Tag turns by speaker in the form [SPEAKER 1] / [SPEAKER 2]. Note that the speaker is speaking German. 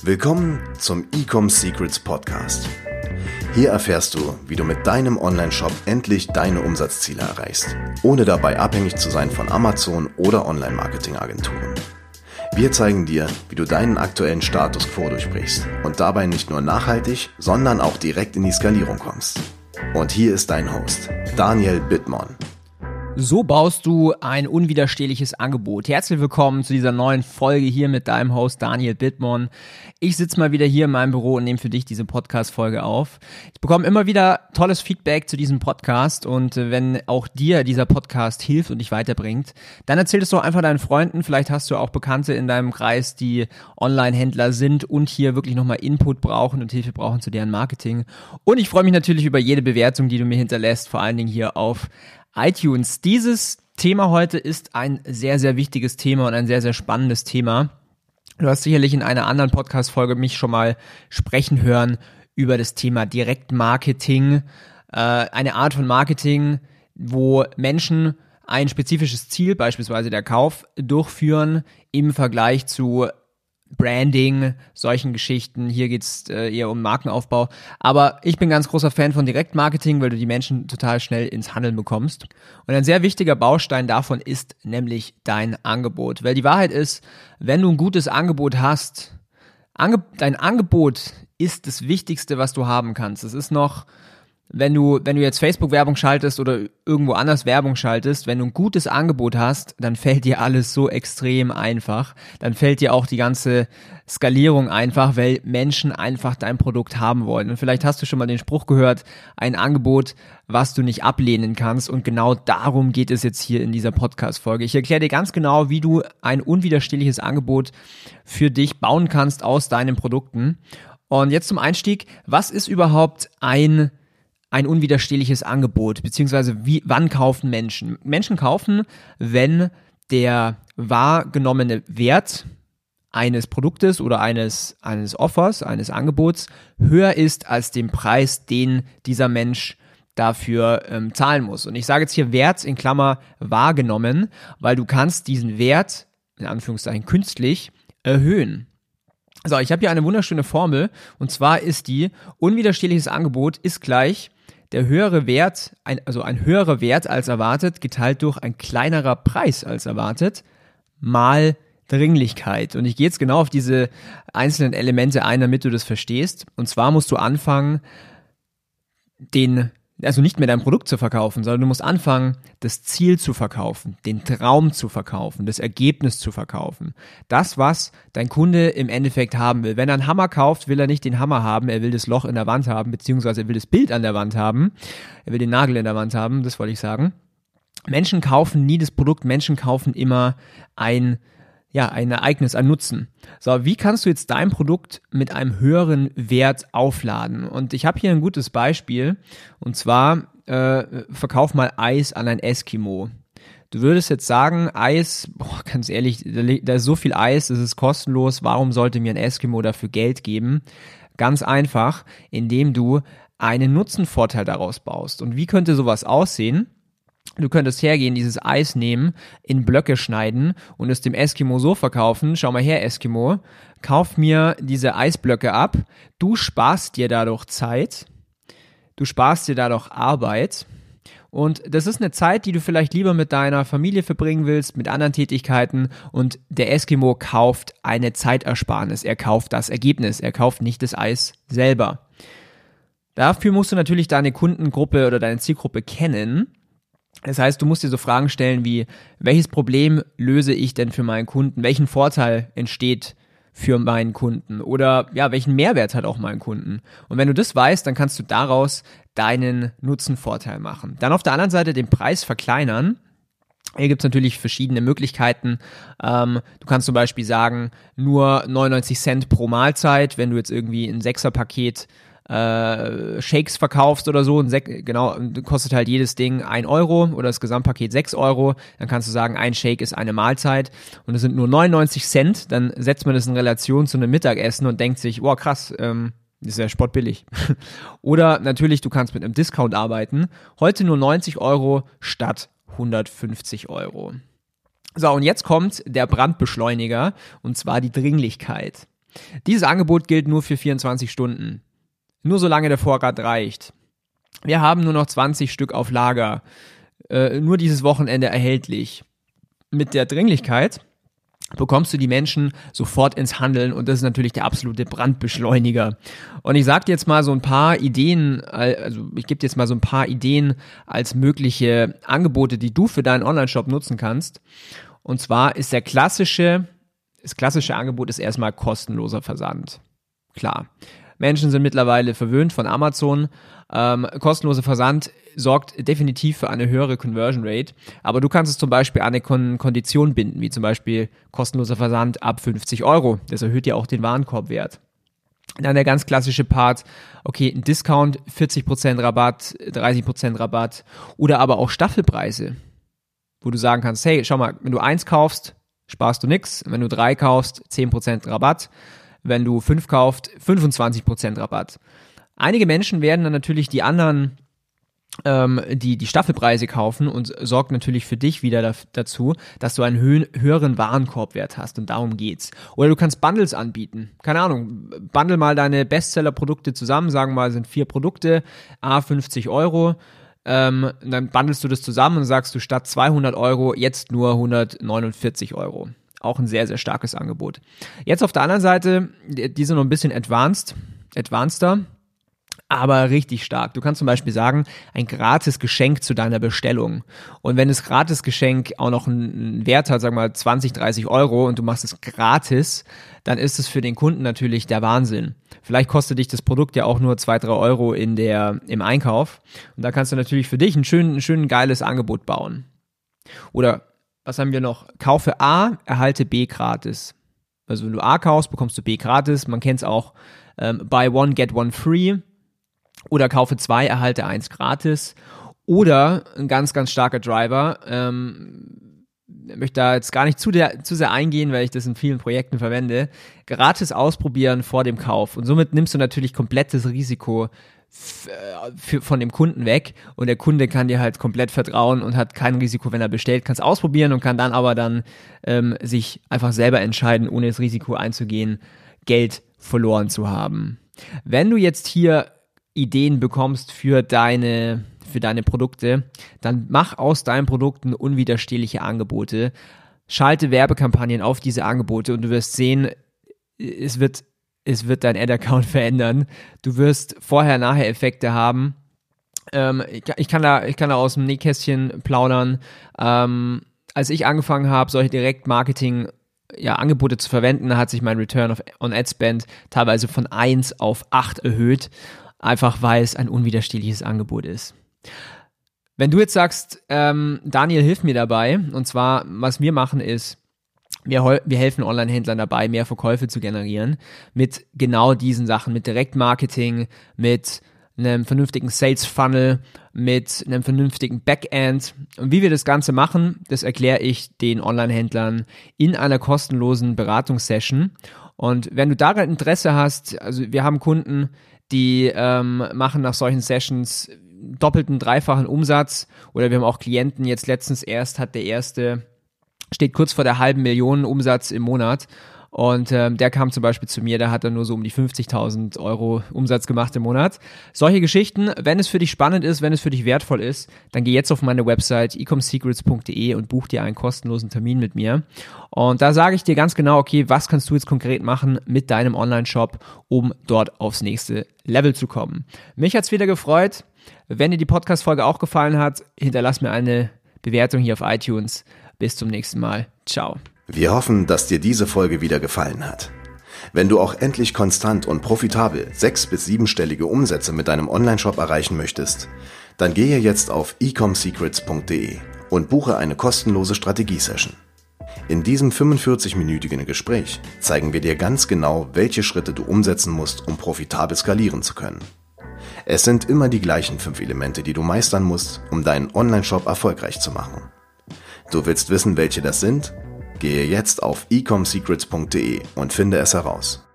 [SPEAKER 1] Willkommen zum Ecom Secrets Podcast. Hier erfährst du, wie du mit deinem Online-Shop endlich deine Umsatzziele erreichst, ohne dabei abhängig zu sein von Amazon oder Online-Marketing-Agenturen. Wir zeigen dir, wie du deinen aktuellen Status quo durchbrichst und dabei nicht nur nachhaltig, sondern auch direkt in die Skalierung kommst. Und hier ist dein Host, Daniel Bittmann.
[SPEAKER 2] So baust du ein unwiderstehliches Angebot. Herzlich willkommen zu dieser neuen Folge hier mit deinem Host Daniel Bittmann. Ich sitze mal wieder hier in meinem Büro und nehme für dich diese Podcast-Folge auf. Ich bekomme immer wieder tolles Feedback zu diesem Podcast und wenn auch dir dieser Podcast hilft und dich weiterbringt, dann erzähl es doch einfach deinen Freunden. Vielleicht hast du auch Bekannte in deinem Kreis, die Online-Händler sind und hier wirklich nochmal Input brauchen und Hilfe brauchen zu deren Marketing. Und ich freue mich natürlich über jede Bewertung, die du mir hinterlässt, vor allen Dingen hier auf iTunes. Dieses Thema heute ist ein sehr, sehr wichtiges Thema und ein sehr, sehr spannendes Thema. Du hast sicherlich in einer anderen Podcast-Folge mich schon mal sprechen hören über das Thema Direktmarketing. Eine Art von Marketing, wo Menschen ein spezifisches Ziel, beispielsweise der Kauf, durchführen im Vergleich zu Branding, solchen Geschichten. Hier geht's eher um Markenaufbau. Aber ich bin ganz großer Fan von Direktmarketing, weil du die Menschen total schnell ins Handeln bekommst. Und ein sehr wichtiger Baustein davon ist nämlich dein Angebot. Weil die Wahrheit ist, wenn du ein gutes Angebot hast, dein Angebot ist das Wichtigste, was du haben kannst. Es ist noch, wenn du jetzt Facebook-Werbung schaltest oder irgendwo anders Werbung schaltest, wenn du ein gutes Angebot hast, dann fällt dir alles so extrem einfach. Dann fällt dir auch die ganze Skalierung einfach, weil Menschen einfach dein Produkt haben wollen. Und vielleicht hast du schon mal den Spruch gehört, ein Angebot, was du nicht ablehnen kannst. Und genau darum geht es jetzt hier in dieser Podcast-Folge. Ich erkläre dir ganz genau, wie du ein unwiderstehliches Angebot für dich bauen kannst aus deinen Produkten. Und jetzt zum Einstieg, was ist überhaupt ein unwiderstehliches Angebot, beziehungsweise wann kaufen Menschen? Menschen kaufen, wenn der wahrgenommene Wert eines Produktes oder eines Offers, eines Angebots höher ist als den Preis, den dieser Mensch dafür zahlen muss. Und ich sage jetzt hier Wert in Klammer wahrgenommen, weil du kannst diesen Wert, in Anführungszeichen künstlich, erhöhen. So, ich habe hier eine wunderschöne Formel und zwar ist die, unwiderstehliches Angebot ist gleich der höhere Wert, ein höherer Wert als erwartet, geteilt durch ein kleinerer Preis als erwartet, mal Dringlichkeit. Und ich gehe jetzt genau auf diese einzelnen Elemente ein, damit du das verstehst. Und zwar musst du anfangen, nicht mehr dein Produkt zu verkaufen, sondern du musst anfangen, das Ziel zu verkaufen, den Traum zu verkaufen, das Ergebnis zu verkaufen. Das, was dein Kunde im Endeffekt haben will. Wenn er einen Hammer kauft, will er nicht den Hammer haben, er will das Loch in der Wand haben, beziehungsweise er will das Bild an der Wand haben, er will den Nagel in der Wand haben, das wollte ich sagen. Menschen kaufen nie das Produkt, Menschen kaufen immer ein Ereignis, ein Nutzen. So, wie kannst du jetzt dein Produkt mit einem höheren Wert aufladen? Und ich habe hier ein gutes Beispiel, und zwar verkauf mal Eis an ein Eskimo. Du würdest jetzt sagen, Eis, ganz ehrlich, da ist so viel Eis, das ist kostenlos, warum sollte mir ein Eskimo dafür Geld geben? Ganz einfach, indem du einen Nutzenvorteil daraus baust. Und wie könnte sowas aussehen? Du könntest hergehen, dieses Eis nehmen, in Blöcke schneiden und es dem Eskimo so verkaufen. Schau mal her, Eskimo, kauf mir diese Eisblöcke ab. Du sparst dir dadurch Zeit, du sparst dir dadurch Arbeit. Und das ist eine Zeit, die du vielleicht lieber mit deiner Familie verbringen willst, mit anderen Tätigkeiten. Und der Eskimo kauft eine Zeitersparnis. Er kauft das Ergebnis, er kauft nicht das Eis selber. Dafür musst du natürlich deine Kundengruppe oder deine Zielgruppe kennen. Das heißt, du musst dir so Fragen stellen wie, welches Problem löse ich denn für meinen Kunden? Welchen Vorteil entsteht für meinen Kunden? Oder welchen Mehrwert hat auch mein Kunden? Und wenn du das weißt, dann kannst du daraus deinen Nutzenvorteil machen. Dann auf der anderen Seite den Preis verkleinern. Hier gibt es natürlich verschiedene Möglichkeiten. Du kannst zum Beispiel sagen, nur 99 Cent pro Mahlzeit, wenn du jetzt irgendwie ein Sechserpaket Shakes verkaufst oder so, kostet halt jedes Ding 1 Euro oder das Gesamtpaket 6 Euro, dann kannst du sagen, ein Shake ist eine Mahlzeit und es sind nur 99 Cent, dann setzt man das in Relation zu einem Mittagessen und denkt sich, wow krass, das ist ja spottbillig. Oder natürlich, du kannst mit einem Discount arbeiten, heute nur 90 Euro statt 150 Euro. So, und jetzt kommt der Brandbeschleuniger und zwar die Dringlichkeit. Dieses Angebot gilt nur für 24 Stunden. Nur solange der Vorrat reicht. Wir haben nur noch 20 Stück auf Lager. Nur dieses Wochenende erhältlich. Mit der Dringlichkeit bekommst du die Menschen sofort ins Handeln und das ist natürlich der absolute Brandbeschleuniger. Und ich sage dir jetzt mal so ein paar Ideen, also ich gebe dir jetzt mal so ein paar Ideen als mögliche Angebote, die du für deinen Online-Shop nutzen kannst. Und zwar ist das klassische Angebot ist erstmal kostenloser Versand. Klar. Menschen sind mittlerweile verwöhnt von Amazon. Kostenloser Versand sorgt definitiv für eine höhere Conversion Rate, aber du kannst es zum Beispiel an eine Kondition binden, wie zum Beispiel kostenloser Versand ab 50 Euro. Das erhöht ja auch den Warenkorbwert. Dann der ganz klassische Part, okay, ein Discount, 40% Rabatt, 30% Rabatt oder aber auch Staffelpreise, wo du sagen kannst, hey, schau mal, wenn du 1 kaufst, sparst du nix, wenn du 3 kaufst, 10% Rabatt, wenn du 5 kaufst, 25% Rabatt. Einige Menschen werden dann natürlich die anderen, die Staffelpreise kaufen und sorgt natürlich für dich wieder dazu, dass du einen höheren Warenkorbwert hast und darum geht's. Oder du kannst Bundles anbieten. Keine Ahnung, bundle mal deine Bestseller-Produkte zusammen, sagen wir mal, sind 4 Produkte, 50 Euro. Dann bundelst du das zusammen und sagst du statt 200 Euro jetzt nur 149 Euro. Auch ein sehr, sehr starkes Angebot. Jetzt auf der anderen Seite, die sind noch ein bisschen advanceder, aber richtig stark. Du kannst zum Beispiel sagen, ein gratis Geschenk zu deiner Bestellung. Und wenn das gratis Geschenk auch noch einen Wert hat, sagen wir mal 20, 30 Euro und du machst es gratis, dann ist es für den Kunden natürlich der Wahnsinn. Vielleicht kostet dich das Produkt ja auch nur 2, 3 Euro im Einkauf. Und da kannst du natürlich für dich ein schön geiles Angebot bauen. Oder was haben wir noch? Kaufe A, erhalte B gratis. Also wenn du A kaufst, bekommst du B gratis. Man kennt es auch, buy one, get one free. Oder kaufe 2, erhalte 1 gratis. Oder ein ganz, ganz starker Driver. Ich möchte da jetzt gar nicht zu sehr eingehen, weil ich das in vielen Projekten verwende. Gratis ausprobieren vor dem Kauf. Und somit nimmst du natürlich komplettes Risiko von dem Kunden weg und der Kunde kann dir halt komplett vertrauen und hat kein Risiko, wenn er bestellt, kann es ausprobieren und kann dann aber sich einfach selber entscheiden, ohne das Risiko einzugehen, Geld verloren zu haben. Wenn du jetzt hier Ideen bekommst für deine Produkte, dann mach aus deinen Produkten unwiderstehliche Angebote, schalte Werbekampagnen auf diese Angebote und du wirst sehen, es wird dein Ad-Account verändern. Du wirst Vorher-Nachher-Effekte haben. Ich kann da aus dem Nähkästchen plaudern. Als ich angefangen habe, solche Direktmarketing-Angebote zu verwenden, hat sich mein Return on Ad Spend teilweise von 1 auf 8 erhöht, einfach weil es ein unwiderstehliches Angebot ist. Wenn du jetzt sagst, Daniel, hilf mir dabei, und zwar, was wir machen ist, wir helfen Online-Händlern dabei, mehr Verkäufe zu generieren mit genau diesen Sachen, mit Direktmarketing, mit einem vernünftigen Sales-Funnel, mit einem vernünftigen Backend. Und wie wir das Ganze machen, das erkläre ich den Online-Händlern in einer kostenlosen Beratungssession. Und wenn du daran Interesse hast, also wir haben Kunden, die machen nach solchen Sessions doppelten, dreifachen Umsatz, oder wir haben auch Klienten, jetzt letztens hat der erste steht kurz vor der 500.000 Umsatz im Monat und der kam zum Beispiel zu mir, da hat er nur so um die 50.000 Euro Umsatz gemacht im Monat. Solche Geschichten, wenn es für dich spannend ist, wenn es für dich wertvoll ist, dann geh jetzt auf meine Website ecomsecrets.de und buch dir einen kostenlosen Termin mit mir. Und da sage ich dir ganz genau, okay, was kannst du jetzt konkret machen mit deinem Online-Shop, um dort aufs nächste Level zu kommen. Mich hat's wieder gefreut. Wenn dir die Podcast-Folge auch gefallen hat, hinterlass mir eine Bewertung hier auf iTunes. Bis zum nächsten Mal. Ciao.
[SPEAKER 1] Wir hoffen, dass dir diese Folge wieder gefallen hat. Wenn du auch endlich konstant und profitabel 6- bis 7-stellige Umsätze mit deinem Onlineshop erreichen möchtest, dann gehe jetzt auf ecomsecrets.de und buche eine kostenlose Strategie-Session. In diesem 45-minütigen Gespräch zeigen wir dir ganz genau, welche Schritte du umsetzen musst, um profitabel skalieren zu können. Es sind immer die gleichen 5 Elemente, die du meistern musst, um deinen Onlineshop erfolgreich zu machen. Du willst wissen, welche das sind? Gehe jetzt auf ecomsecrets.de und finde es heraus.